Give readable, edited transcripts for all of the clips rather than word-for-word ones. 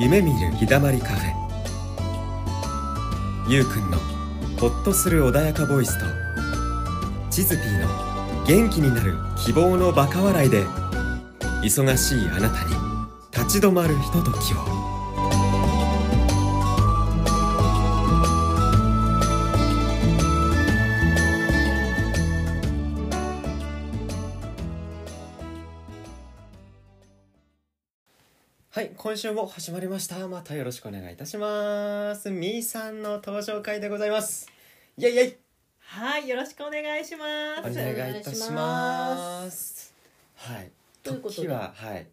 夢見る日だまりカフェ。ゆうくんのほっとする穏やかボイスとチズピーの元気になる希望のバカ笑いで、忙しいあなたに立ち止まるひとときを。はい、今週も始まりました。またよろしくお願いいたします。みーさんの登場会でございます。イエイイエイ。 はい、よろしくお願いします。 お願いいたします。はい。 ということで時は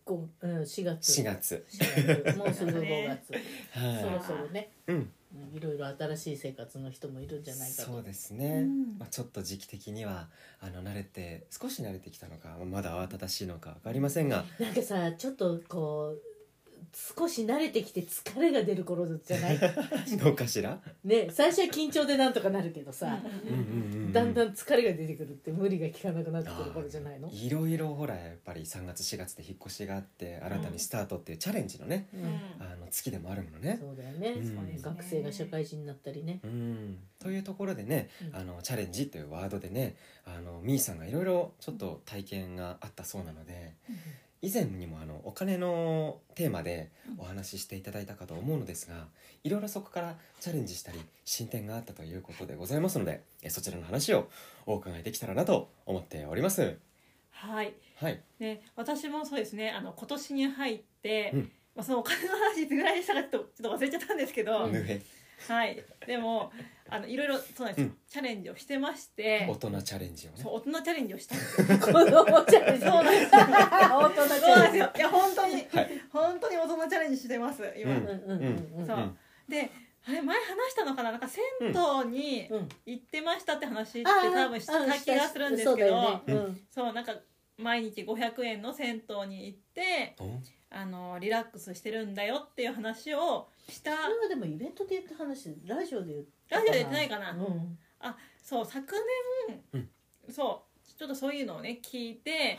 4月もうすぐ5月はい。 そろそろね、 うんいろいろ新しい生活の人もいるんじゃないかと。 そうですね。ちょっと時期的には少し慣れてきたのか、まだ慌ただしいのか分かりませんが、 なんかさ、ちょっとこう少し慣れてきて疲れが出る頃じゃないどうかしら。 ね、最初は緊張でなんとかなるけどさ、だんだんん疲れが出てくるって無理が効かなくなってくる頃じゃないの。 いろいろほらやっぱり3月4月で引っ越しがあって、新たにスタートっていうチャレンジのね、月でもあるものね。 そうだよね、 うん学生が社会人になったりね、 というところでね、チャレンジというワードでね、みーさんがいろいろちょっと体験があったそうなので、以前にもお金のテーマでお話ししていただいたかと思うのですが、いろいろそこからチャレンジしたり進展があったということでございますので、そちらの話をお伺いできたらなと思っております。 はい。 はいね、私もそうですね。今年に入って、 うんそのお金の話いつぐらいでしたかちょっと忘れちゃったんですけど、 ぬへはい。でもいろいろそうなんですよ、チャレンジをしてまして、 大人チャレンジをね。 そう大人チャレンジをしたんですよ。 子供チャレンジそうなんですよ。 大人チそうなんですよ。 ャレンジいや本当に、 はい本当に大人チャレンジしてます今。そうで。あれ前話したのかな、なんか銭湯に行ってましたって話って多分した気がするんですけど、そうなんか毎日500円の銭湯に行ってリラックスしてるんだよっていう話をした。 それはでもイベントで言った話、ラジオで言ったラジオで言ってないかな、そう昨年、そうちょっとそういうのをね聞いて、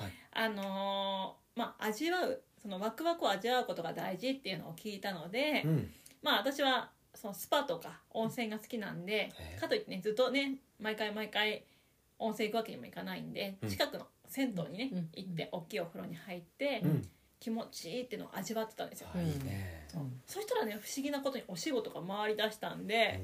味わう、そのワクワクを味わうことが大事っていうのを聞いたので、私はそのスパとか温泉が好きなんで、かといってねずっとね毎回温泉行くわけにもいかないんで、近くの銭湯にね行って大きいお風呂に入って、気持ちいいっていうのを味わってたんですよ。 いいね。 そしたらね不思議なことにお仕事が回りだしたんで、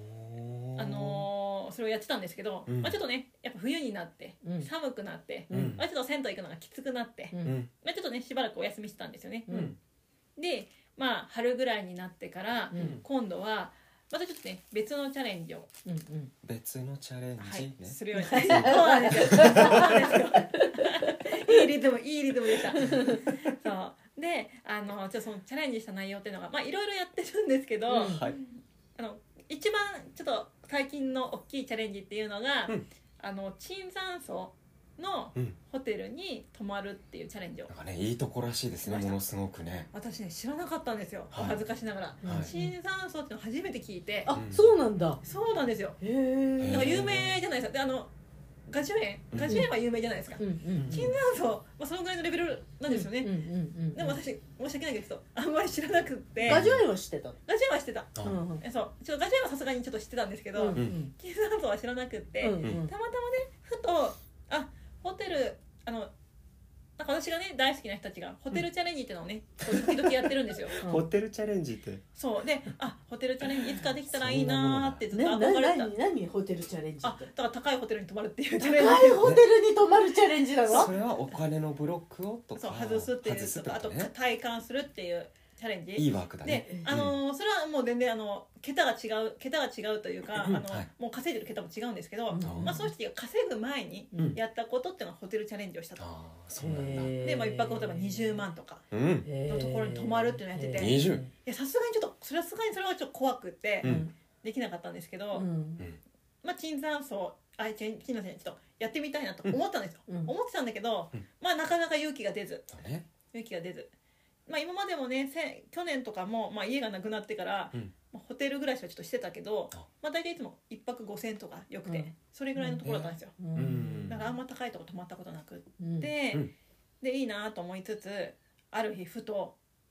それをやってたんですけど、ちょっとねやっぱ冬になって寒くなって、ちょっと銭湯行くのがきつくなって、ちょっとねしばらくお休みしてたんですよね。で春ぐらいになってから、今度はまたちょっとね別のチャレンジを、 別のチャレンジね、 するようにそうなんですよ。そうなんですよ。いいリズムでした。そうでちょっとそのチャレンジした内容っていうのがいろいろやってるんですけど、一番ちょっと最近の大きいチャレンジっていうのが、椿山荘のホテルに泊まるっていうチャレンジを、 なんかね、いいとこらしいですね、ものすごくね。 私ね知らなかったんですよ、恥ずかしながら。椿山荘っていうの初めて聞いて、 そうなんだ。 そうなんですよ。 へえ。 なんか有名じゃないですか。でガジュ園は有名じゃないですか。椿山荘そのぐらいのレベルなんですよね。でも私申し訳ないけどあんまり知らなくって。 ガジュ園は知ってた。 ガジュ園は知ってた。そうちょっとガジュ園はさすがにちょっと知ってたんですけど、椿山荘は知らなくって、たまたまねふとホテルなんか私がね大好きな人たちがホテルチャレンジっていうのをね時々やってるんですよ。 ホテルチャレンジって。 そうでホテルチャレンジいつかできたらいいなーってずっと憧れてた。 何ホテルチャレンジって。 だから高いホテルに泊まるっていうチャレンジ。 高いホテルに泊まるチャレンジなの？ それはお金のブロックをとかそう外すっていうとか、あと体感するっていうチャレンジ。 いいワークだね。 でそれはもう全然桁が違うというか、もう稼いでる桁も違うんですけど、その人たちが稼ぐ前にやったことっていうのはホテルチャレンジをしたと。 そうなんだ。 で一泊例えば20万とかのところに泊まるっていうのをやってて、 20。 いやさすがにちょっとそれはちょっと怖くってできなかったんですけど、椿山荘ちょっとやってみたいなと思ったんですよ。思ってたんだけど、なかなか勇気が出ず。今までもね去年とかも、家がなくなってから、ホテル暮らしはちょっとしてたけど、大体いつも1泊5000とかよくて、それぐらいのところだったんですよ。だからあんま高いとこ泊まったことなくって、でいいなと思いつつ、ある日ふと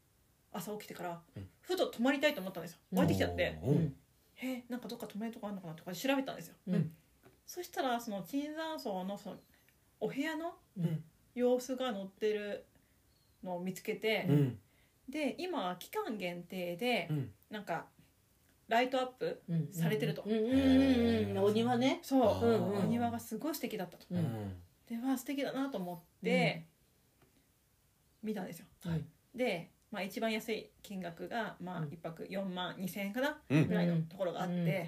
朝起きてから、 うん、 ふと泊まりたいと思ったんですよ。湧いてきちゃって、 うん、 なんかどっか泊まるとこあるのかなとか調べたんですよ、 うん、 そしたらその椿山荘のそのお部屋のうん様子が載ってるのを見つけて、 うん、 で今期間限定でうん、 なんかライトアップされてると、 お庭ね、 そう、 お庭がすごい素敵だったと、 うん、 で素敵だなと思って見たんですよ、 はい、 で、一番安い金額が、1泊4万2千円かな、 うんぐらいのところがあって、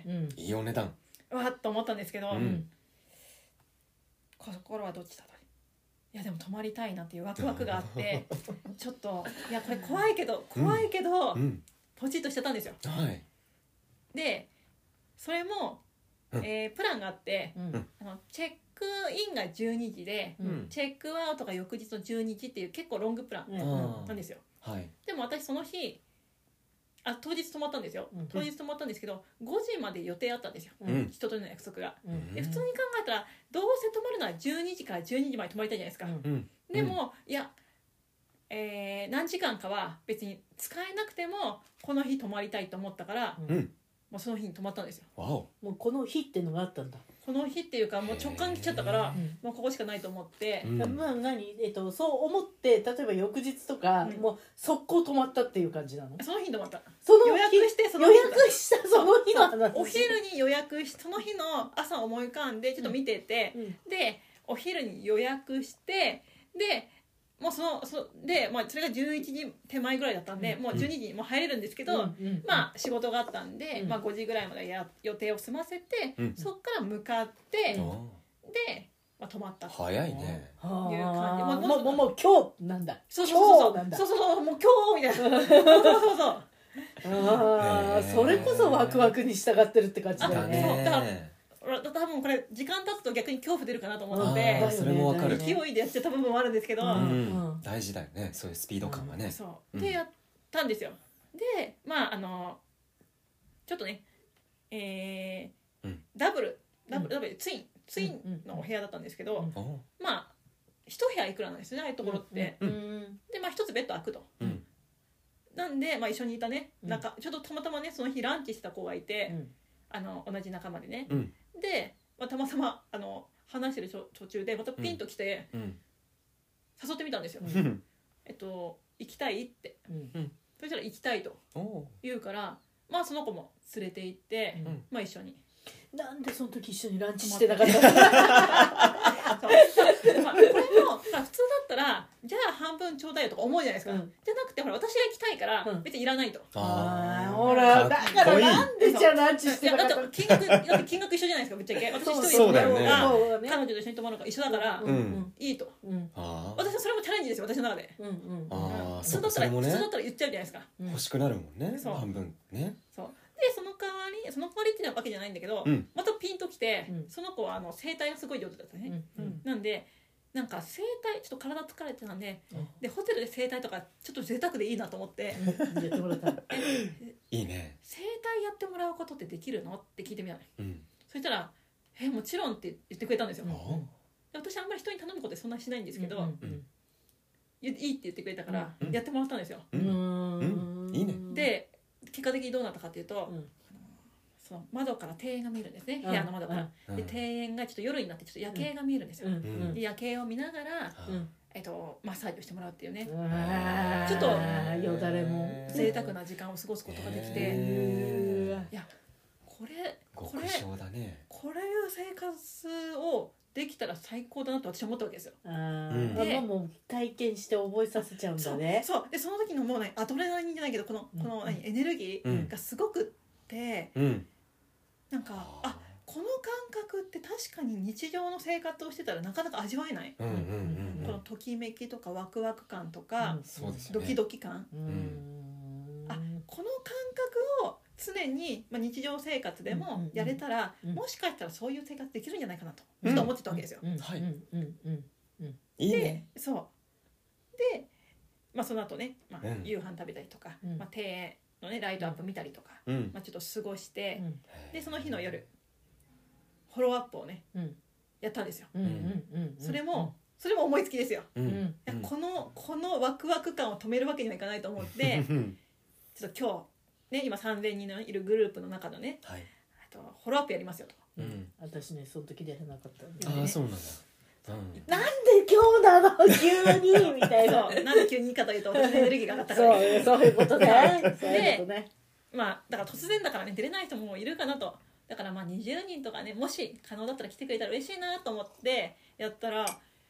いいお値段わーっと思ったんですけど、 うん心はどっちだと、いやでも泊まりたいなっていうワクワクがあってちょっといやこれ怖いけど、ポチッとしちゃったんですよ。 はい、 でそれも、プランがあって、チェックインが12時で、チェックアウトが翌日の12時っていう結構ロングプランなんですよ、 はい、 でも私その日当日泊まったんですよ、当日泊まったんですけど5時まで予定あったんですよ、人との約束が、で普通に考えたらどうせ泊まるのは12時から12時まで泊まりたいじゃないですか、でもいや、何時間かは別に使えなくてもこの日泊まりたいと思ったから、もうその日に泊まったんですよ。 もうこの日っていうのがあったんだ。 この日っていうかもう直感来ちゃったから、もうここしかないと思って、 そう思って例えば翌日とか、もう速攻泊まったっていう感じなの？ その日に泊まった。 その予約してその日の話。 お昼に予約しその日の朝思い浮かんでちょっと見てて、でお昼に予約してでもうそれが11時手前ぐらいだったんで、もう12時にもう入れるんですけど、仕事があったんで、5時ぐらいまで予定を済ませて、そっから向かって、で、泊まった早いねいう感じ。 もう今日なんだ。 そうもう今日みたいな。そうそれこそワクワクに従ってるって感じだよね。 多分これ時間経つと逆に恐怖出るかなと思うので、 それも分かる。 勢いでやっちゃった部分もあるんですけど、 大事だよね、そういうスピード感はね。 そうでやったんですよ。でちょっとね、ダブルツインのお部屋だったんですけど、一部屋いくらなんですね、ああいうところって。で一つベッド空くと。なんで一緒にいたねちょっとたまたまねその日ランチしてた子がいて、同じ仲間でね。で、たまたま話してる途中でまたピンと来て、誘ってみたんですよ。行きたいって、そしたら行きたいと言うから、その子も連れて行って、一緒に。 なんでその時一緒にランチしてなかったの？ これも普通だったらじゃあ半分ちょうだいよとか思うじゃないですか、じゃなくてほら私が行きたいから別にいらないと。 ほらだからなんでじゃあランチしてなかったの？ だって金額一緒じゃないですか、ぶっちゃけ。私一人で泊まろうが彼女と一緒に泊まろうが一緒だからいいと。私はそれもチャレンジですよ、私の中で。普通だったら言っちゃうじゃないですか。 欲しくなるもんね、半分ね。 でその代わりっていうわけじゃないんだけど、またピンときて、その子は声帯がすごい上手だったね。なんでなんか声帯ちょっと体疲れてたんで、ホテルで声帯とかちょっと贅沢でいいなと思っていいね。 声帯やってもらうことってできるのって聞いてみたの。そしたらもちろんって言ってくれたんですよ。私あんまり人に頼むことそんなにしないんですけど、いいって言ってくれたからやってもらったんですよ。 いいね。 で結果的にどうなったかっていうと、その窓から庭園が見えるんですね、部屋の窓から。で庭園がちょっと夜になってちょっと夜景が見えるんですよ。で夜景を見ながらマッサージをしてもらうっていうね、ちょっとよだれも贅沢な時間を過ごすことができて、いやこれ極小だね。 これいう生活をできたら最高だなと私は思ったわけですよ。 でもう体験して覚えさせちゃうんだね。 そうでその時のもうアドレナリンじゃないけどこのエネルギーがすごくって、なんかこの感覚って確かに日常の生活をしてたらなかなか味わえない、このときめきとかワクワク感とか、ドキドキ感、この感覚を常に、日常生活でもやれたら、もしかしたらそういう生活できるんじゃないかなとちょっと思ってたわけですよ。 いいね。 そうで、その後ね、夕飯食べたりとか、庭園のねライトアップ見たりとか、ちょっと過ごして、でその日の夜フォローアップをね、やったんですよ。それも思いつきですよ。このワクワク感を止めるわけにはいかないと思ってちょっと今日ね今3000人のいるグループの中のね、 はい、 フォローアップやりますよと、 私ねその時でやらなかったんで、 ああそうなんだ、 なんで今日なの急にみたいななんで急にかというと私のエネルギーが上がったからそういうことねでまあだから突然だからね出れない人もいるかなと、だからまあ20人とかねもし可能だったら来てくれたら嬉しいなと思ってやったら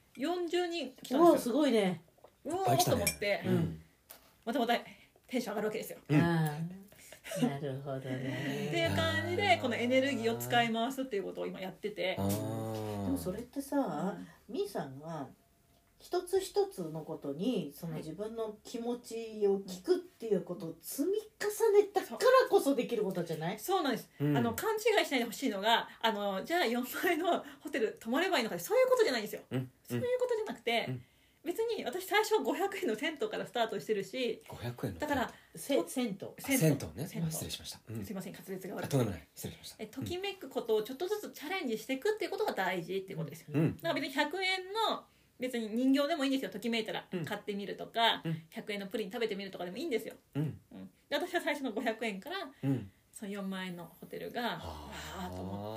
40人来たんですよ。 すごいね。 うおーと思って、またまたテンション上がるわけですよ。 なるほどね。 っていう感じでこのエネルギーを使い回すっていうことを今やってて。 でもそれってさ、みーさんが一つ一つのことにその自分の気持ちを聞くっていうことを積み重ねたからこそできることじゃない？ そうなんです、勘違いしないでほしいのがじゃあ4万円のホテル泊まればいいのかってそういうことじゃないんですよ、そういうことじゃなくて、別に私最初は500円の銭湯からスタートしてるし、 500円のだから銭湯ね、失礼しました、 すいません滑舌が悪い、 とんでもない、失礼しました。 ときめくことをちょっとずつチャレンジしていくっていうことが大事っていうことですよ、だから別に100円の別に人形でもいいんですよ。ときめいたら買ってみるとか、100円のプリン食べてみるとかでもいいんですよ、で私は最初の500円から、その4万円のホテルがわーと思って、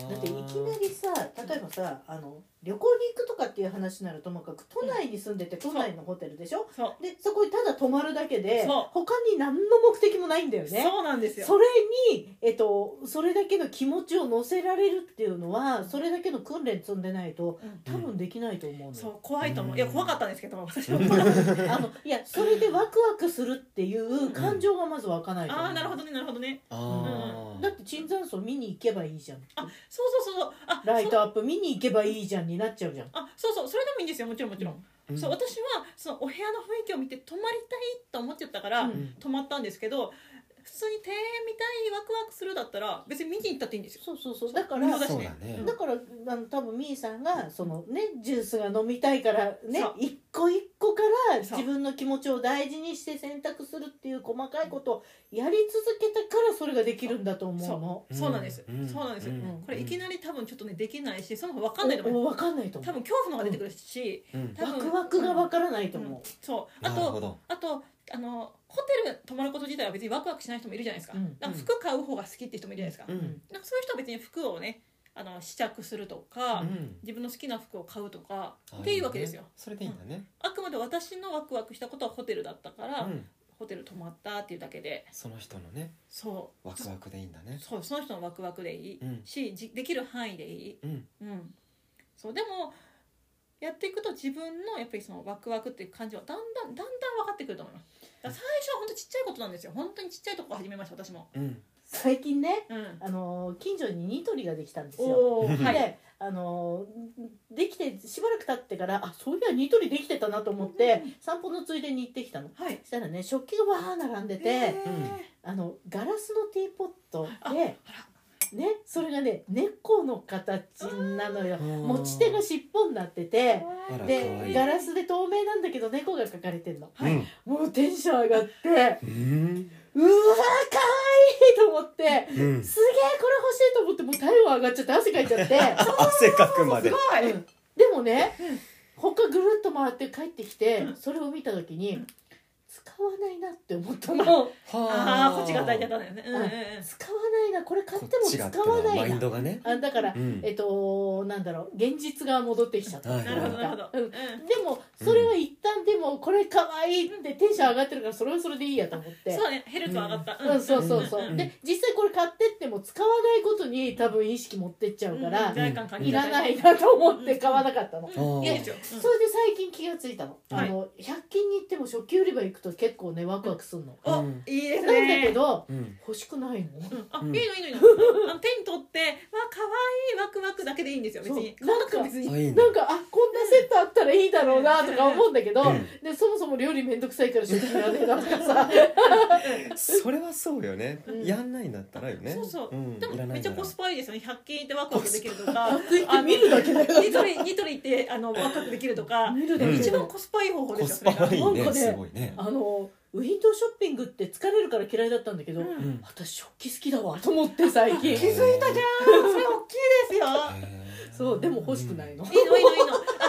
だっていきなりさ、例えばさ旅行に行くとかっていう話になるともかく都内に住んでて都内のホテルでしょ、でそこにただ泊まるだけで他に何の目的もないんだよね。 そうなんですよ。 それに、それだけの気持ちを乗せられるっていうのはそれだけの訓練積んでないと多分できないと思うの。 そう怖いと思う。いや怖かったんですけど私もいやそれでワクワクするっていう感情がまず湧かないと思う。 ああなるほどねなるほどね。 だって椿山荘見に行けばいいじゃん。 あそうライトアップ見に行けばいいじゃんになっちゃうじゃん。 そうそれでもいいんですよもちろんもちろん、そう私はそのお部屋の雰囲気を見て泊まりたいと思っちゃったから、泊まったんですけど、普通に庭園見たいワクワクするだったら別に見に行ったっていいんですよ。 そうだからだから多分みーさんがそのねジュースが飲みたいからね一個一個から自分の気持ちを大事にして選択するっていう細かいことをやり続けたからそれができるんだと思うの。 そうなんですそうなんです。これいきなり多分ちょっとねできないしその方が分かんないと思う。 分かんないと思う。 多分恐怖のが出てくるし、 ワクワクが分からないと思う。 そうあとホテル泊まること自体は別にワクワクしない人もいるじゃないですか、なんか服買う方が好きって人もいるじゃないですか、なんかそういう人は別に服をね試着するとか、自分の好きな服を買うとかっていうわけですよ。 それでいいんだね。 あくまで私のワクワクしたことはホテルだったから、ホテル泊まったっていうだけでその人のねワクワクでいいんだね。 その人のワクワクでいいし、できる範囲でいい、そうでもやっていくと自分のやっぱりそのワクワクっていう感じはだんだん分かってくると思います。だから最初は本当ちっちゃいことなんですよ。本当にちっちゃいとこから始めました私も、 最近ね、近所にニトリができたんですよ。でできてしばらく経ってからそういやニトリできてたなと思って、散歩のついでに行ってきたの、そしたらね食器がわー並んでて、ガラスのティーポットでね、それがね猫の形なのよ。持ち手が尻尾になってて、でガラスで透明なんだけど猫が描かれてるの、もうテンション上がって、うわーかわいいと思って、すげえこれ欲しいと思ってもう体温上がっちゃって汗かいちゃって汗かくまで、 でもね他ぐるっと回って帰ってきて、それを見た時に使わないなって思ったの。 こっちが大事だったんだよね、 使わないな、これ買っても使わないな、 マインドがね。 だから、なんだろう、現実が戻ってきちゃった。 なるほどなるほど、 でもそれは一旦でもこれ可愛いってテンション上がってるからそれはそれでいいやと思って。 そうだね、ヘルツは上がった、 そうで実際これ買ってっても使わないことに多分意識持ってっちゃうから、いらないなと思って買わなかったの。それで最近気がついたの。100均に行っても食器売り場行くと結構ねワクワクするの。 いいですね。 なんだけど欲しくないの。 いいの手に取って可愛いワクワクだけでいいんですよ。別になんかこんなセットあったらいいだろうなとか思うんだけど、でそもそも料理めんどくさいから食器やねえなとかさそれはそうよね。やんないんだったらよね。 そうでもめっちゃコスパいいですよね。100均行ってワクワクできるとか、 見るだけだよ。 ニトリ行ってワクワクできるとか、一番コスパいい方法ですよ。 コスパいいね。すごいね。 ウィンドウショッピングって疲れるから嫌いだったんだけど、私食器好きだわと思って最近気づいたじゃん。それ大きいですよ。 そうでも欲しくないの。 いいの私食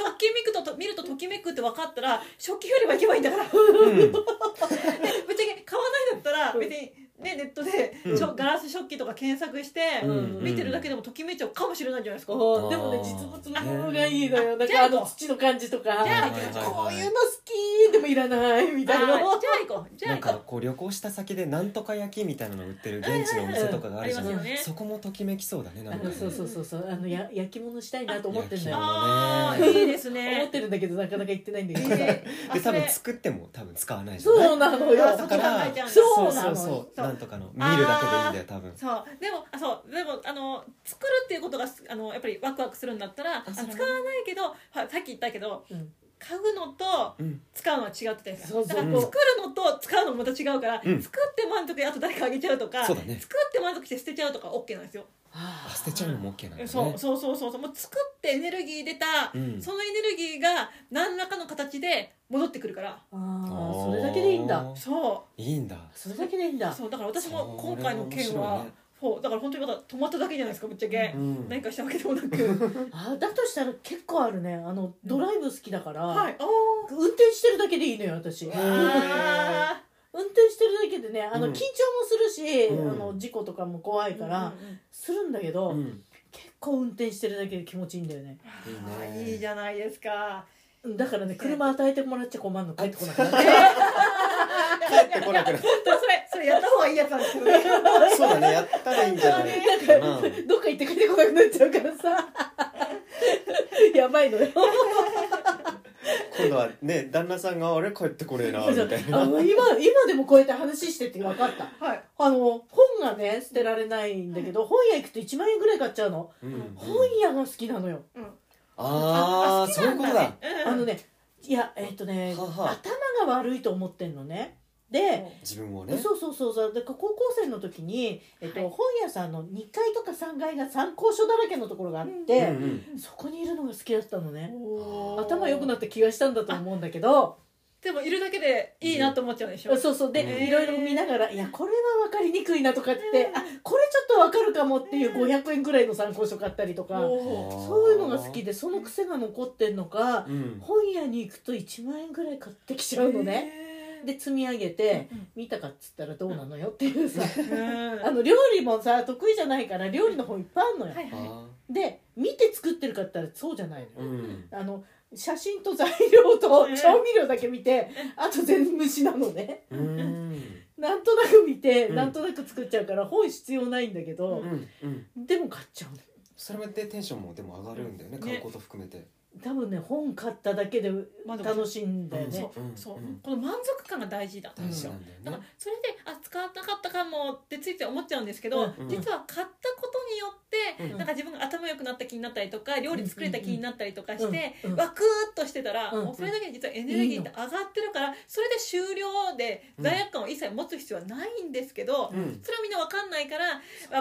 食器見るとときめくって分かったら食器売り場行けばいいんだから、 うん、 でぶっちゃけ買わないんだったら別にね、ネットでガラス食器とか検索して見てるだけでもときめいちゃうかもしれないじゃないですか。 でもね、実物のものがいいのよ。だから土の感じとか、こういうの好きでもいらないみたいな。 じゃあ行こう。 なんかこう旅行した先でなんとか焼きみたいなの売ってる現地のお店とかがあるじゃん。そこもときめきそうだね。なんかね、 そう焼き物したいなと思ってんだよ。 いいですね。 思ってるんだけどなかなか行ってないんだけど。 で多分作っても多分使わないじゃない。 そうなのよ。 だからそうなんとかの見るだけでいいんだよ多分。 そうでも作るっていうことがやっぱりワクワクするんだったら使わないけど、さっき言ったけど、買うのと使うのは違ってたりする。だから作るのと使うのもまた違うから、作って満足であと誰かあげちゃうとか、作って満足して捨てちゃうとか OK なんですよ。 捨てちゃうのも OK なんだね。 そうもう作ってエネルギー出た、そのエネルギーが何らかの形で戻ってくるから。 それだけでいいんだ。 そういいんだ。 それだけでいいんだ。 そうだから私も今回の件はそうだから本当にまだ止まっただけじゃないですかぶっちゃけ、何かしたわけでもなくだとしたら結構あるね。ドライブ好きだから、運転してるだけでいいのよ私。運転してるだけでね、緊張もするし、事故とかも怖いからするんだけど、結構運転してるだけで気持ちいいんだよね。 いいじゃないですか。 だからね、車与えてもらっちゃ困るの。帰ってこなくなって帰ってこなくなってそれやった方がいいやつなんですけどね。 そうだね、やったらいいんじゃないかな。 どっか行って帰ってこなくなっちゃうからさやばいのよ今度はね、旦那さんがあれ帰ってこれなみたいな。 今でもこうやって話してて分かった、本がね捨てられないんだけど、本屋行くと1万円ぐらい買っちゃうの、本屋が好きなのよ。 そういうことだ。 いや頭が悪いと思ってんのね。で自分をね、 そうで高校生の時に、本屋さんの2階とか3階が参考書だらけのところがあって、そこにいるのが好きだったのね。頭良くなった気がしたんだと思うんだけど、 でもいるだけでいいなと思っちゃうでしょ。 そうで、いろいろ見ながら、いやこれは分かりにくいなとかって、これちょっと分かるかもっていう500円ぐらいの参考書買ったりとか、そういうのが好きで、その癖が残ってんのか、本屋に行くと1万円ぐらい買ってきちゃうのね。で積み上げて、見たかっつったらどうなのよっていうさ、料理もさ得意じゃないから料理の本いっぱいあるのよ。で見て作ってるかって言ったらそうじゃないのよ。写真と材料と調味料だけ見て、あと全部虫なのね。なんとなく見て、なんとなく作っちゃうから本必要ないんだけど、でも買っちゃうの。 それでテンションもでも上がるんだよね、買うこと含めて。 多分ね、本買っただけで楽しいんだよね。 この満足感が大事だったんですよ。だからそれで使わなかったかもってついつい思っちゃうんですけど、実は買ったことによってなんか自分が頭良くなった気になったりとか、料理作れた気になったりとかしてワクッとしてたら、もうそれだけで実はエネルギーって上がってるから、それで終了で罪悪感を一切持つ必要はないんですけど、それはみんな分かんないから、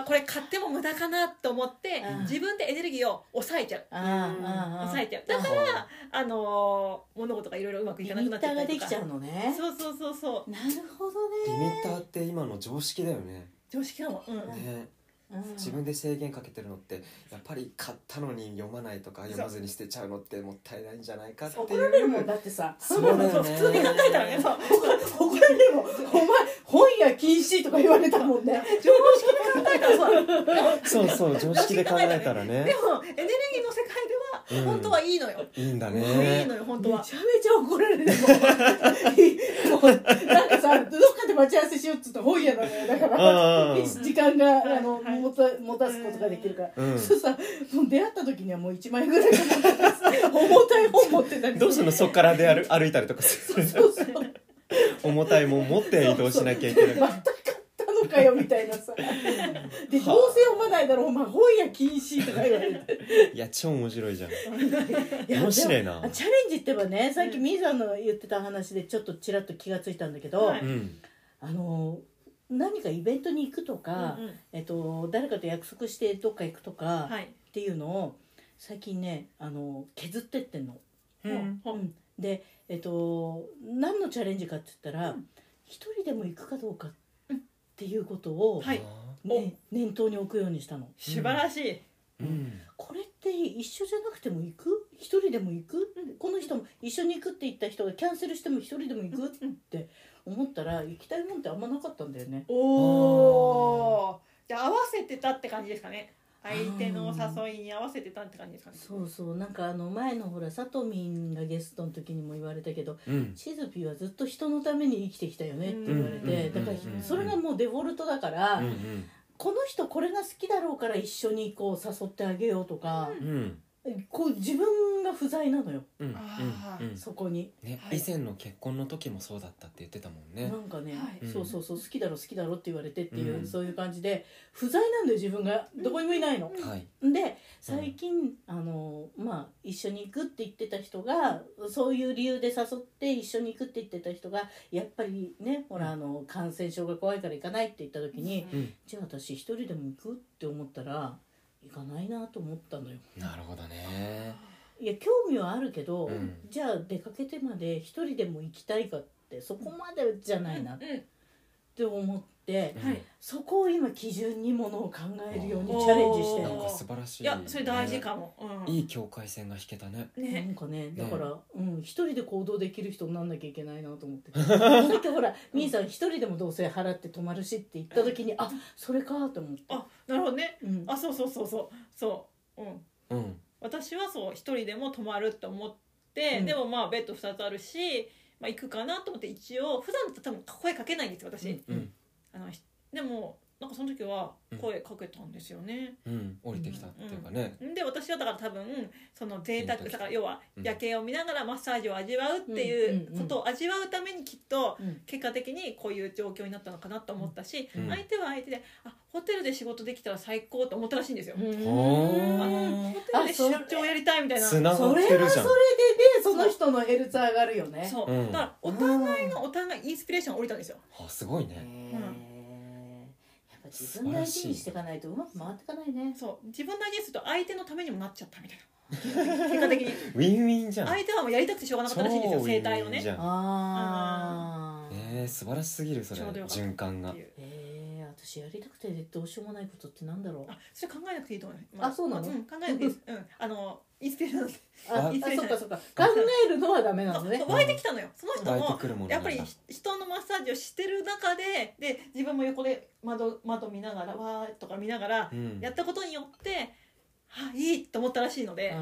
これ買っても無駄かなと思って自分でエネルギーを抑えちゃう。抑えちゃう。だから物事がいろいろうまくいかなくなっちゃったりとか。リミッターができちゃうのね。そうなるほどね。 リミッターって今の常識だよね。 常識かも。 自分で制限かけてるのってやっぱり買ったのに読まないとか読まずに捨てちゃうのってもったいないんじゃないかっていう。 怒られるもんだってさ。 そうだよね。 普通に考えたらね。 怒られるもん。お前本屋禁止とか言われたもんね。 常識で考えたらそう常識で考えたらね。 でもエネルギーの世界では本当はいいのよ。 いいんだね。 いいのよ本当は。 めちゃめちゃ怒られる。もうなんかさ、どっかで待ち合わせしようっつって本屋なのよ。だから時間が持たすことができるから。そうさ、もう出会った時にはもう1万円ぐらいかかって重たい本持ってたり。 どうするの、そっからで歩いたりとかする。重たいもん持って移動しなきゃいけない。 また買ったのかよみたいなさ。でどうせ読まないだろう、お前本屋禁止とか言われて。 いや超面白いじゃん。面白いな。 チャレンジってばね、さっきみーさんの言ってた話でちょっとちらっと気がついたんだけど、何かイベントに行くとか、誰かと約束してどっか行くとかっていうのを最近ね削ってってんの。で何のチャレンジかって言ったら、一人でも行くかどうかっていうことを、念頭に置くようにしたの。 素晴らしい。 これって一緒じゃなくても行く？一人でも行く？この人も一緒に行くって言った人がキャンセルしても一人でも行くって思ったら行きたいもんってあんまなかったんだよね。 じゃあ合わせてたって感じですかね。相手の誘いに合わせてたって感じですかね。 そうそう、なんか前のほらさとみんがゲストの時にも言われたけど、しずぴはずっと人のために生きてきたよねって言われて、だからそれがもうデフォルトだから、この人これが好きだろうから一緒にこう誘ってあげようとか、こう自分が不在なのよ、そこに、 ね、以前の結婚の時もそうだったって言ってたもんね。 なんかね、そうそうそう、好きだろ好きだろって言われてっていう、そういう感じで不在なんだよ自分が、どこにもいないの、で最近一緒に行くって言ってた人がそういう理由で誘って一緒に行くって言ってた人がやっぱりね、ほら感染症が怖いから行かないって言った時に、じゃあ私一人でも行くって思ったら行かないなと思ったのよ。 なるほどね。 いや興味はあるけど、じゃあ出かけてまで一人でも行きたいかってそこまでじゃないなって思って、そこを今基準にものを考えるようにチャレンジしてる。 なんか素晴らしい、 いやそれ大事かも、 いい境界線が引けたね。 なんかね、だから、一人で行動できる人になんなきゃいけないなと思ってさっきほらみーさん一人でもどうせ払って泊まるしって言った時に、あそれかと思って、 なるほどね、そう私はそう一人でも泊まるって思って、でもベッド2つあるし、行くかなと思って一応普段だと多分声かけないんですよ私、でもなんかその時は声かけたんですよね、 降りてきたっていうかね、 で私はだから多分その贅沢だから要は夜景を見ながらマッサージを味わうっていうことを味わうためにきっと結果的にこういう状況になったのかなと思ったし、相手は相手でホテルで仕事できたら最高と思ったらしいんですよ。ホテルで出張やりたいみたいな。 それはそれでね、その人のヘルツ上がるよね。 そう、だからお互いインスピレーション降りたんですよ。 すごいね。 自分大事にしていかないとうまく回っていかないね。 そう自分大事にすると相手のためにもなっちゃったみたいな結果的にウィンウィンじゃん。 相手はもうやりたくてしょうがなかったらしいんですよ、生態のね。 素晴らしすぎるそれ、循環が。 私やりたくてどうしようもないことってなんだろう。 それ考えなくていいと思います。 そうなの？ 考えなくていいです。インスピレーション。 そうか考えるのはダメなのね。 湧いてきたのよ。その人もやっぱり人のマッサージをしてる中で自分も横で窓見ながらわーとか見ながらやったことによっていいと思ったらしいので、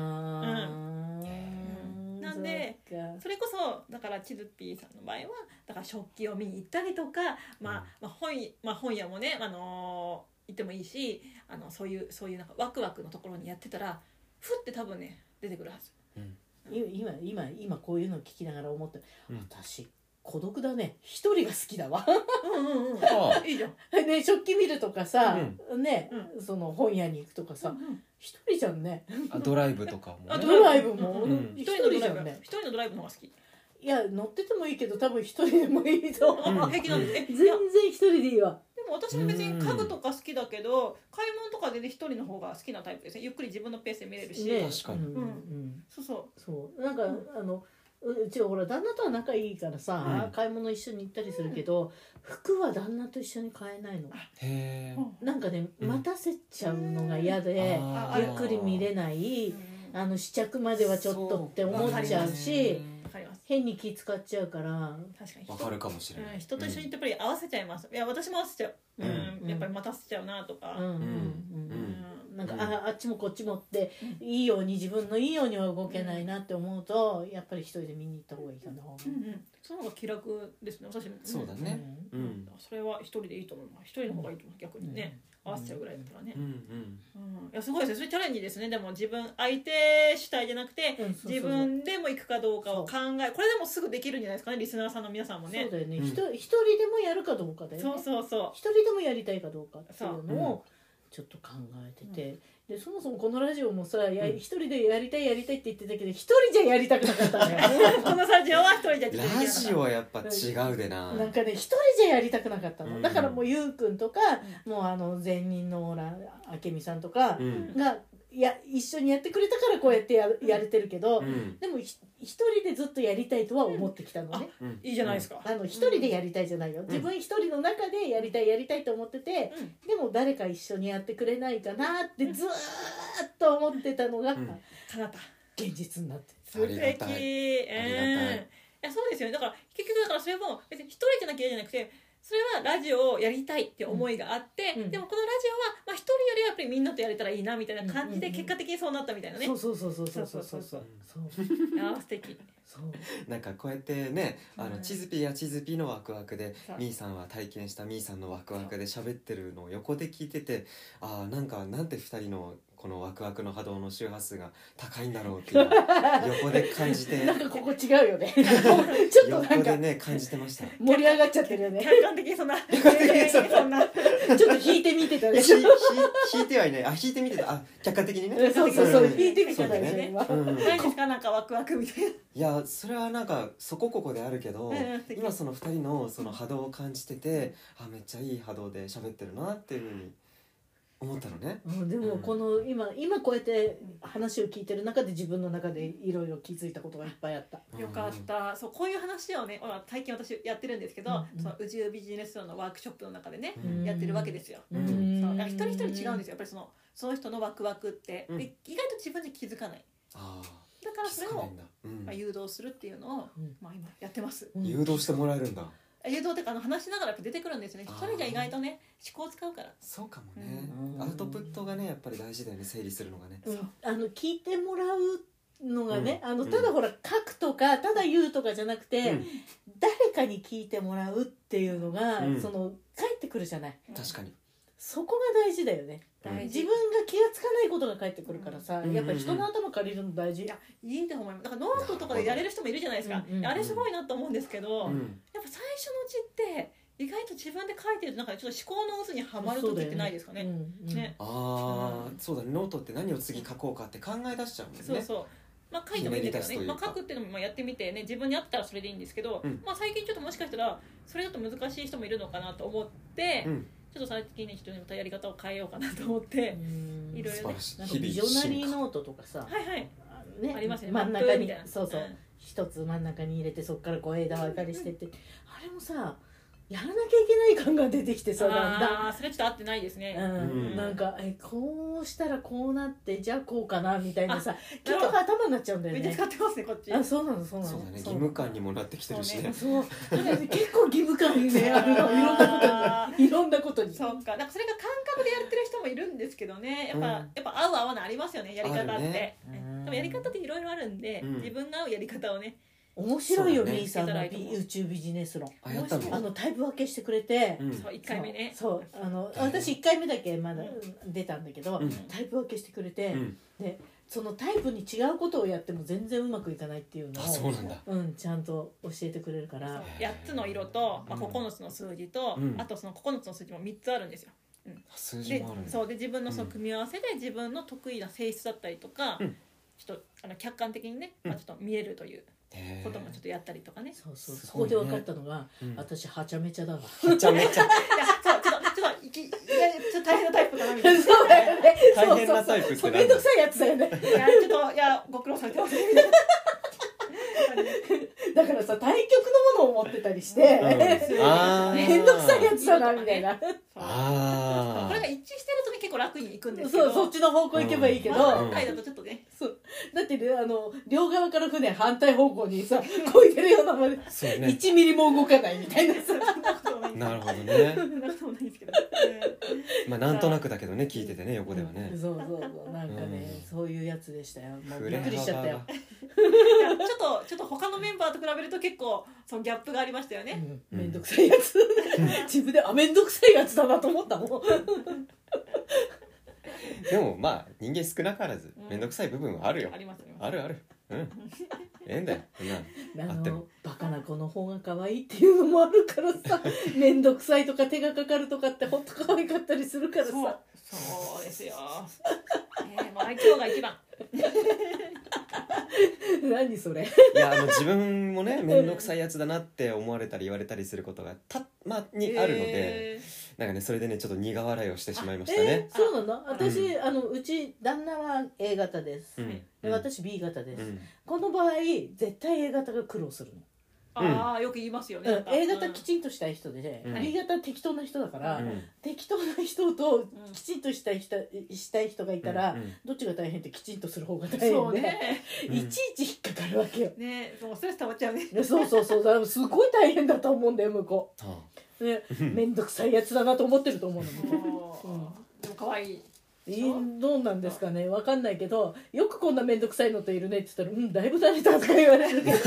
なんでそれこそだからチズピーさんの場合はだから食器を見に行ったりとか、本屋もね行ってもいいし、そういうなんかワクワクのところにやってたらふって多分ね出てくるはず。 今こういうのを聞きながら思って、私孤独だね、一人が好きだわいいじゃんね、食器見るとかさ、その本屋に行くとかさ、一人じゃんね。 ドライブとかもね。 ドライブも一人のドライブの方が好き。 いや乗っててもいいけど多分一人でもいいと思う。 平気なんで。 全然一人でいいわ。 でも私も別に家具とか好きだけど、買い物とかで一人の方が好きなタイプですね。ゆっくり自分のペースで見れるし。 確かに。 そうなんかうちはほら旦那とは仲いいからさ、買い物一緒に行ったりするけど、服は旦那と一緒に買えないの。なんかね待たせちゃうのが嫌で、ゆっくり見れない、試着まではちょっとって思っちゃうし、変に気使っちゃうから。 確かにわかるかもしれない。 人と一緒に行ってやっぱり合わせちゃいます。いや私も合わせちゃう。やっぱり待たせちゃうなとか。なんかあっちもこっちもっていいように自分のいいようには動けないなって思うと、やっぱり一人で見に行った方がいいかな。 その方が気楽ですね。私もそうだね。 それは一人でいいと思う。一人の方がいいと思う。逆にね合わせちゃうぐらいだったらね。いやすごいですね。それチャレンジですね。でも相手主体じゃなくて自分でも行くかどうかを考え、これでもすぐできるんじゃないですかね、リスナーさんの皆さんもね。 そうだよね。一人でもやるかどうかだよね。 そう一人でもやりたいかどうかっていうのをちょっと考えてて、でそもそもこのラジオもさ、一人でやりたいって言ってたけど一人じゃやりたくなかったのよこのラジオは一人じゃラジオはやっぱ違うでな。 なんかね一人じゃやりたくなかったの、だからもうゆうくんとか、もう前任のほらあけみさんとかが一緒にやってくれたからこうやってやれてるけど、 うんでも一人でずっとやりたいとは思ってきたのね、 うんいいじゃないですか。 一人でやりたいじゃないよ、自分一人の中でやりたいと思ってて、でも誰か一緒にやってくれないかなってずーっと思ってたのが、 うんかなった。 現実になって素ありが敵。 たいいやそうですよね。だから結局だからそれも別に一人じゃなきゃいけなくて、それはラジオをやりたいって思いがあって、 うんでもこのラジオはまあ一人よりはやっぱりみんなとやれたらいいなみたいな感じで結果的にそうなったみたいなね。 そうそうそうそういや素敵。 そうなんかこうやってねうんチズピやチズピのワクワクでそうみーさんは体験したみーさんのワクワクで喋ってるのを横で聞いてて、なんて2人のこのワクワクの波動の周波数が高いんだろうっていうのを横で感じてなんかここ違うよねちょっとなんか横でね感じてました。 盛り上がっちゃってるよね客観的にそんなそんなちょっと引いてみてたでしょ引いてはいない。引いてみてた。客観的にね。 そうそうそう、 ん引いてみたそうだねでしょ今、 うんないですか、なんかワクワクみたいな。 いやそれはなんかそこここであるけど、 うん今その2人のその波動を感じてて、めっちゃいい波動で喋ってるなっていうふうに思ったのね。 でもこの今こうやって話を聞いてる中で自分の中でいろいろ気づいたことがいっぱいあった。 よかった。そうこういう話をね、最近私やってるんですけど、その宇宙ビジネスのワークショップの中でね、やってるわけですよ。そうなんか一人一人違うんですよ。やっぱりその人のワクワクって、で意外と自分で気づかない。だからそれを誘導するっていうのを、今やってます。 誘導してもらえるんだ。 誘導って話しながらやっぱ出てくるんですね。一人じゃ意外とね思考を使うから。 そうかもね。アウトプットがねやっぱり大事だよね、整理するのがね。 聞いてもらうのがね、ただほら書くとかただ言うとかじゃなくて、誰かに聞いてもらうっていうのが、その返ってくるじゃない。 確かに。 そこが大事だよね。自分が気がつかないことが返ってくるからさ、やっぱり人の頭借りるの大事。 いいと思います。だからノートとかでやれる人もいるじゃないですか。あれすごいなと思うんですけど、やっぱ最初のうちって意外と自分で書いてるとなんかちょっと思考の渦にはまる時ってないですかね。ね。 そうだね。ノートって何を次書こうかって考え出しちゃうんですね。 そう。書いてもいいんですけどね。書くっていうのもやってみてね、自分に合ったらそれでいいんですけど、最近ちょっともしかしたらそれだと難しい人もいるのかなと思って。ちょっと最近ね人にまたやり方を変えようかなと思っていろいろねなんかビジョナリーノートとかさ、 ねありますね。 真ん中に一つ真ん中に入れてそこからこう枝分かれしてってあれもさやらなきゃいけない感が出てきてさ、だんだんそれちょっと合ってないですね。 なんかこうしたらこうなってじゃあこうかなみたいなさ、結局頭になっちゃうんだよね。 めっちゃ使ってますねこっち。 そうなの。 そうだね。義務感にもなってきてるしね。 そう結構義務感にねあるの、いろんなことに。 そうか。なんかそれが感覚でやってる人もいるんですけどね。やっぱ合う合わないありますよね、やり方って。でもやり方っていろいろあるんで、自分が合うやり方をね。 面白いよ、みーさんの宇宙ビジネス論。タイプ分けしてくれて、 そう1回目ね。 そう私1回目だけまだ出たんだけど、タイプ分けしてくれて、でそのタイプに違うことをやっても全然うまくいかないっていうのをちゃんと教えてくれるから。 8つの色と9つの数字と、あとその9つの数字も3つあるんですよ。 数字もあるんだ。 そうで自分のその組み合わせで自分の得意な性質だったりとか、ちょっと客観的にね、ちょっと見えるということもちょっとやったりとかね。 そこで分かったのが、私はちゃめちゃだわ。 はちゃめちゃ。 ちょっと大変なタイプかなみたいな。 そうだよね。 大変なタイプってめんどくさいやつだよね。 ご苦労されてますねみたいな。 だからさ対極のものを持ってたりして、めんどくさいやつだなみたいな。これが一致してるとね結構楽にいくんですけど、 そっちの方向行けばいいけど、 今回だとちょっとね、 だってね両側から船反対方向にさ漕いでるようなもんで1ミリも動かないみたいなさ。 なるほどね。 そんなこともないんですけど、 なんとなくだけどね聞いててね横ではね。 そうなんかねそういうやつでしたよ。もうびっくりしちゃったよ。 ちょっと他のメンバーと比べると結構そのギャップがありましたよね。 めんどくさいやつ。自分でめんどくさいやつだなと思ったもん。 でも人間少なからずめんどくさい部分はあるよ。 あります。 ある。ええんだよ。 バカな子の方が可愛いっていうのもあるからさ、めんどくさいとか手がかかるとかって本当可愛かったりするからさ。 そうですよ。愛嬌が一番。 何それ。 いや自分もねめんどくさいやつだなって思われたり言われたりすることがにあるので、 なんかねそれでねちょっと苦笑いをしてしまいましたね。 そうなの？私うち旦那は A 型です、で私 B 型です、この場合絶対 A 型が苦労するの。 よく言いますよね。 A 型きちんとしたい人で、B 型適当な人だから、適当な人ときちんとしたい人がいたら、どっちが大変ってきちんとする方が大変で、いちいち引っかかるわけよ。 ね、ストレス溜まっちゃうね。 そうすごい大変だと思うんだよ向こう。めんどくさいやつだなと思ってると思うの向こう。でも可愛い。 どうなんですかね、わかんないけど、よくこんなめんどくさいのといるねって言ったら、だいぶ慣れたとか言われるけど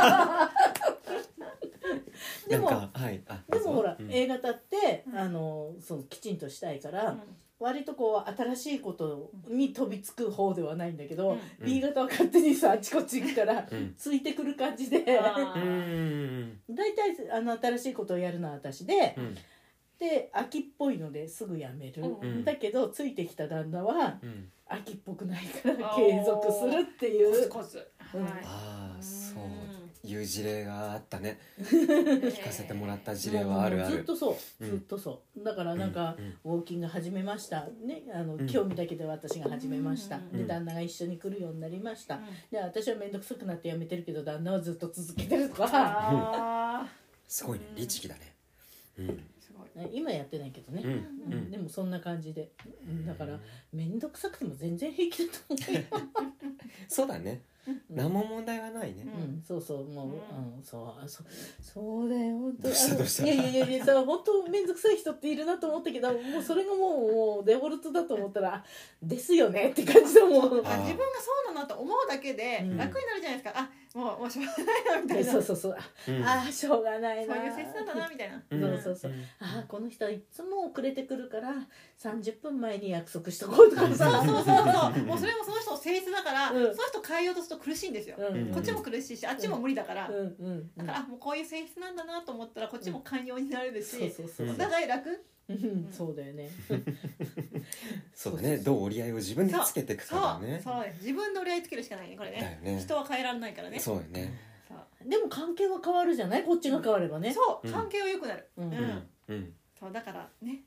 でもほら、A 型ってそのきちんとしたいから、割とこう新しいことに飛びつく方ではないんだけど、B 型は勝手にさあちこち行くからついてくる感じで、だいたい新しいことをやるのは私で、で秋っぽいのですぐやめる、だけどついてきた旦那は秋っぽくないから継続するっていう。 そういう事例があったね。聞かせてもらった事例はあるある。 ずっとそうだからなんか、ウォーキング始めましたね、興味だけで私が始めました、で旦那が一緒に来るようになりました、で私は面倒くさくなってやめてるけど旦那はずっと続けてるとかすごいね、律儀だね。 今やってないけどね、でもそんな感じで、だから面倒くさくても全然平気だと思うよそうだね、何も問題はないね。 そうもう、そうだよ。 どうした。 いやさ、本当面倒くさい人っているなと思ったけど、もうそれがもうデフォルトだと思ったらですよねって感じだもん。 自分がそうだなと思うだけで楽になるじゃないですか。もうしょうがないなみたいな。 そうしょうがないな。 そういう切なんだなみたいな。 そう。この人いつも遅れてくるから30分前に約束しとこうとか。 そう。もうそれもその人の性質だから、その人変えようとすると苦しいんですよ。こっちも苦しいし、あっちも無理だから。だからもうこういう性質なんだなと思ったらこっちも寛容になれるし、お互い楽。 そうだよね。 そうだね、どう折り合いを自分でつけていくかだね。 そう自分で折り合いつけるしかないねこれね。人は変えられないからね。 そうよね。 でも関係は変わるじゃない、こっちが変わればね。 そう関係は良くなる。そうだからね。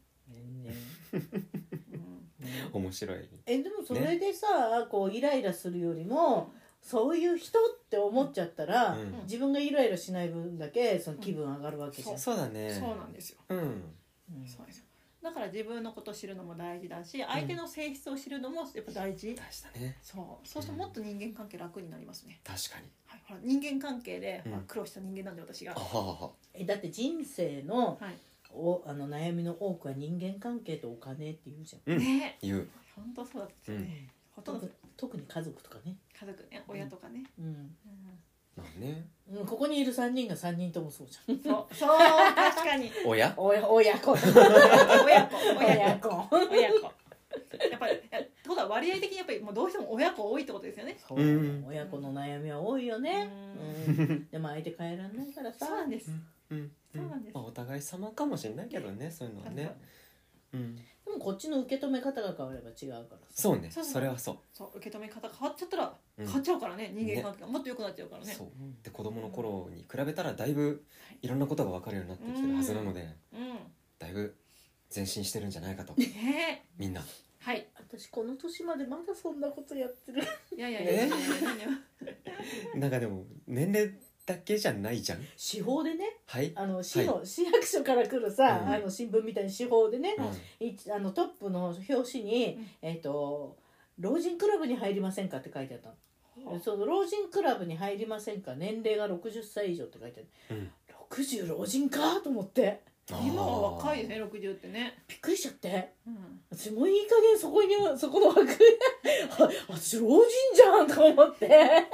面白い。 でもそれでさ、こうイライラするよりもそういう人って思っちゃったら、自分がイライラしない分だけその気分上がるわけじゃん。 そうだね。 そうなんですよ。そうですよ。だから自分のことを知るのも大事だし、相手の性質を知るのもやっぱ大事。 大事だね。 そうするともっと人間関係楽になりますね。 確かに。 ほら人間関係で苦労した人間なんで私が。 だって人生の悩みの多くは人間関係とお金って言うじゃん。 ね。 言う。 本当そうだったね。 特に家族とかね。 家族ね、親とかね。 まあね。 ここにいる3人が3人ともそうじゃん。 そう確かに。 親子。 やっぱりそうだ、割合的にやっぱりもうどうしても親子多いってことですよね。 親子の悩みは多いよね。でも相手変えられないからさ。 そうなんです。そうなんです。 お互い様かもしれないけどね、そういうのはね。 でもこっちの受け止め方が変われば違うからさ。 そうね、それはそう。 受け止め方変わっちゃったら変わっちゃうからね、人間関係がもっと良くなっちゃうからね。 そうで、子供の頃に比べたらだいぶいろんなことが分かるようになってきてるはずなので、だいぶ前進してるんじゃないかと。みんな。 はい。 私この年までまだそんなことやってる。 いやなんかでも年齢だけじゃないじゃん。 司法でね、 市役所から来るさ、新聞みたいに司法でね、トップの表紙に老人クラブに入りませんかって書いてあったの。その老人クラブに入りませんか、年齢が60歳以上って書いてある。60老人かと思って。 今は若いですね、60ってね。 びっくりしちゃって、私もういい加減そこの枠私老人じゃんと思って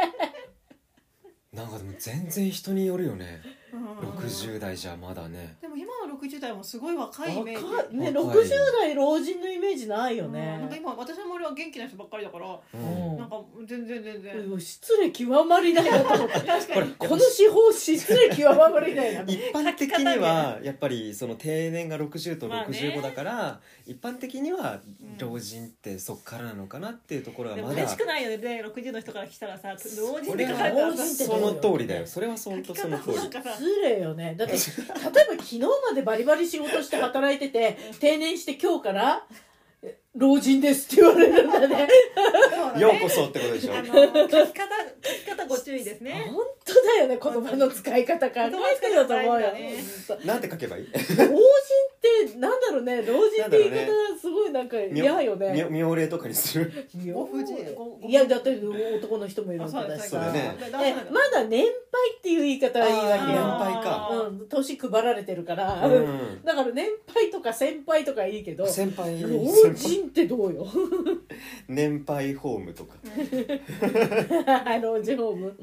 なんかでも全然人によるよね。60代じゃまだね。 でも今の60代もすごい若いイメージね。60代老人のイメージないよね。 なんか今私の周りは元気な人ばっかりだから、なんか全然失礼極まりないなと思って確かにこの司法失礼極まりないな一般的にはやっぱりその定年が60と65だから、一般的には老人ってそっからなのかなっていうところがまだ。 でも嬉しくないよね、60の人から来たらさ、老人って書かれたらその通りだよ。それは本当その通り。 失礼よね。だって例えば昨日までバリバリ仕事して働いてて定年して今日から老人ですって言われるんだね。 ようこそってことでしょ。 書き方ご注意ですね。 本当だよね、言葉の使い方考えてると思うよ。 なんて書けばいい？ 老人ってなんだろうね、老人って言い方すごいなんか嫌よね。 妙齢とかにする。 ご婦人。 いやだって男の人もいるわけだしさ。まだ年配っていう言い方はいいわけよ。 年配か。 年配られてるから。だから年配とか先輩とかいいけど。 先輩。 老人ってどうよ。 年配ホームとか。 老人ホーム。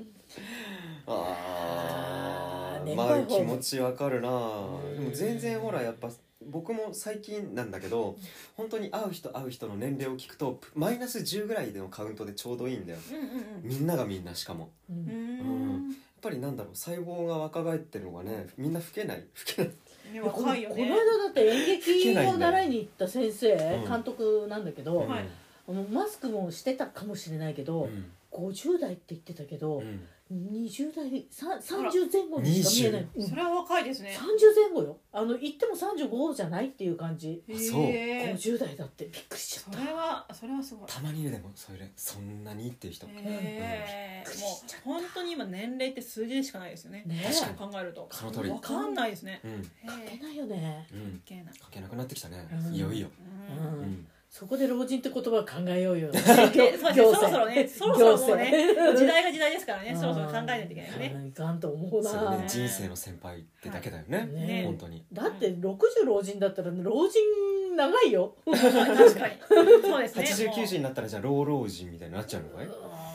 まあ気持ちわかるな。でも全然ほらやっぱ僕も最近なんだけど、本当に会う人の年齢を聞くとマイナス10ぐらいでのカウントでちょうどいいんだよ。みんながみんなしかも。やっぱりなんだろう、細胞が若返ってるのがね、みんな老けない。 この間だって演劇を習いに行った先生、監督なんだけど、マスクもしてたかもしれないけど、50代って言ってたけど、20代30前後にしか見えない。 それは若いですね。 30前後よ。言っても35じゃないっていう感じ。 そう。 50代だってびっくりしちゃった。 それはすごい。 たまにいるでもそんなにっていう人。 もう本当に今年齢って数字でしかないですよね。確かに考えると。 その通り。 わかんないですね。 書けないよね。 書けなくなってきたね。いよいよ。 そこで老人って言葉を考えようよ。 そろそろね、そろそろもうね、時代が時代ですからね、そろそろ考えないといけないね。 いかんと思うな。 人生の先輩ってだけだよね。本当に。 だって60老人だったら老人長いよ。 確かに。そうですね。 80、90になったらじゃあ老人みたいになっちゃうのかい？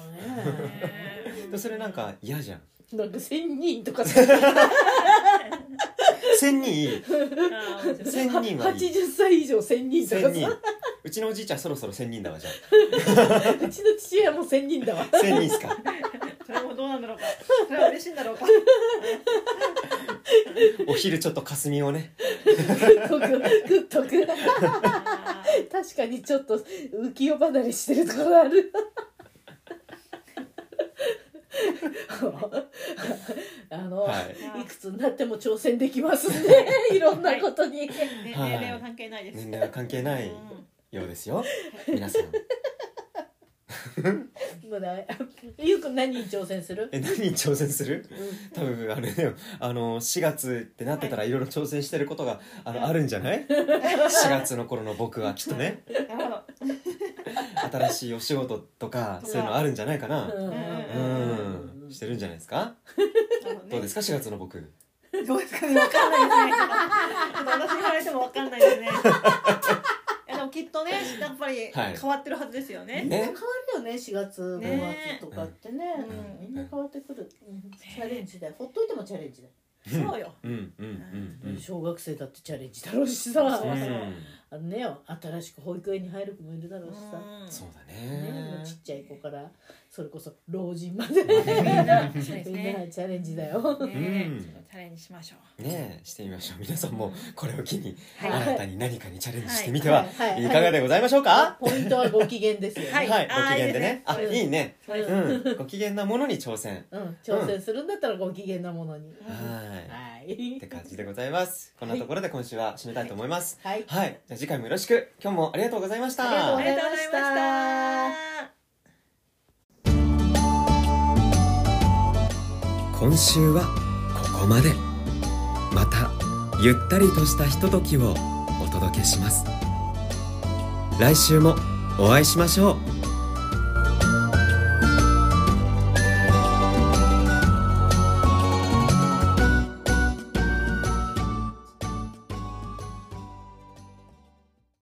それなんか嫌じゃん。 なんか1000人とか。 1000人いい。1000人はいい。 80歳以上1000人とかさ。 うちのおじいちゃんそろそろ1000人だわじゃあ。うちの父親も1000人だわ。 1000人ですか。 それもどうなんだろうか。それは嬉しいんだろうか。 お昼ちょっと霞をね。 食っとく。確かにちょっと浮世離れしてるところある。いくつになっても挑戦できますね。いろんなことに。 年齢は関係ないです。 年齢は関係ないようですよ。皆さん。 ゆうくん何に挑戦する？ 何に挑戦する？多分あれだよ。4月ってなってたらいろいろ挑戦してることがあるんじゃない？ 4 月の頃の僕はきっとね。新しいお仕事とかそういうのあるんじゃないかな。してるんじゃないですか？どうですか4月の僕？ どうですかね、分かんないですね。私に言われても分かんないですね。でもきっとね、やっぱり変わってるはずですよね。 みんな変わるよね、4月5月とかってね。みんな変わってくる。チャレンジだよ。ほっといてもチャレンジだよ。 そうよ。 小学生だってチャレンジだろうしさ。新しく保育園に入る子もいるだろうしさ。 そうだね。 ちっちゃい子からそれこそ老人までみんなチャレンジだよ。 チャレンジしましょう。 ね、してみましょう。皆さんもこれを機に新たに何かにチャレンジしてみてはいかがでございましょうか？ ポイントはご機嫌ですよね。 はい、ご機嫌でね。あ、いいね。ご機嫌なものに挑戦。 挑戦するんだったらご機嫌なものに。 はい。って感じでございます。こんなところで今週は締めたいと思います。はい。じゃあ次回もよろしく。今日もありがとうございました。 ありがとうございました。 今週はここまで。またゆったりとしたひとときをお届けします。来週もお会いしましょう。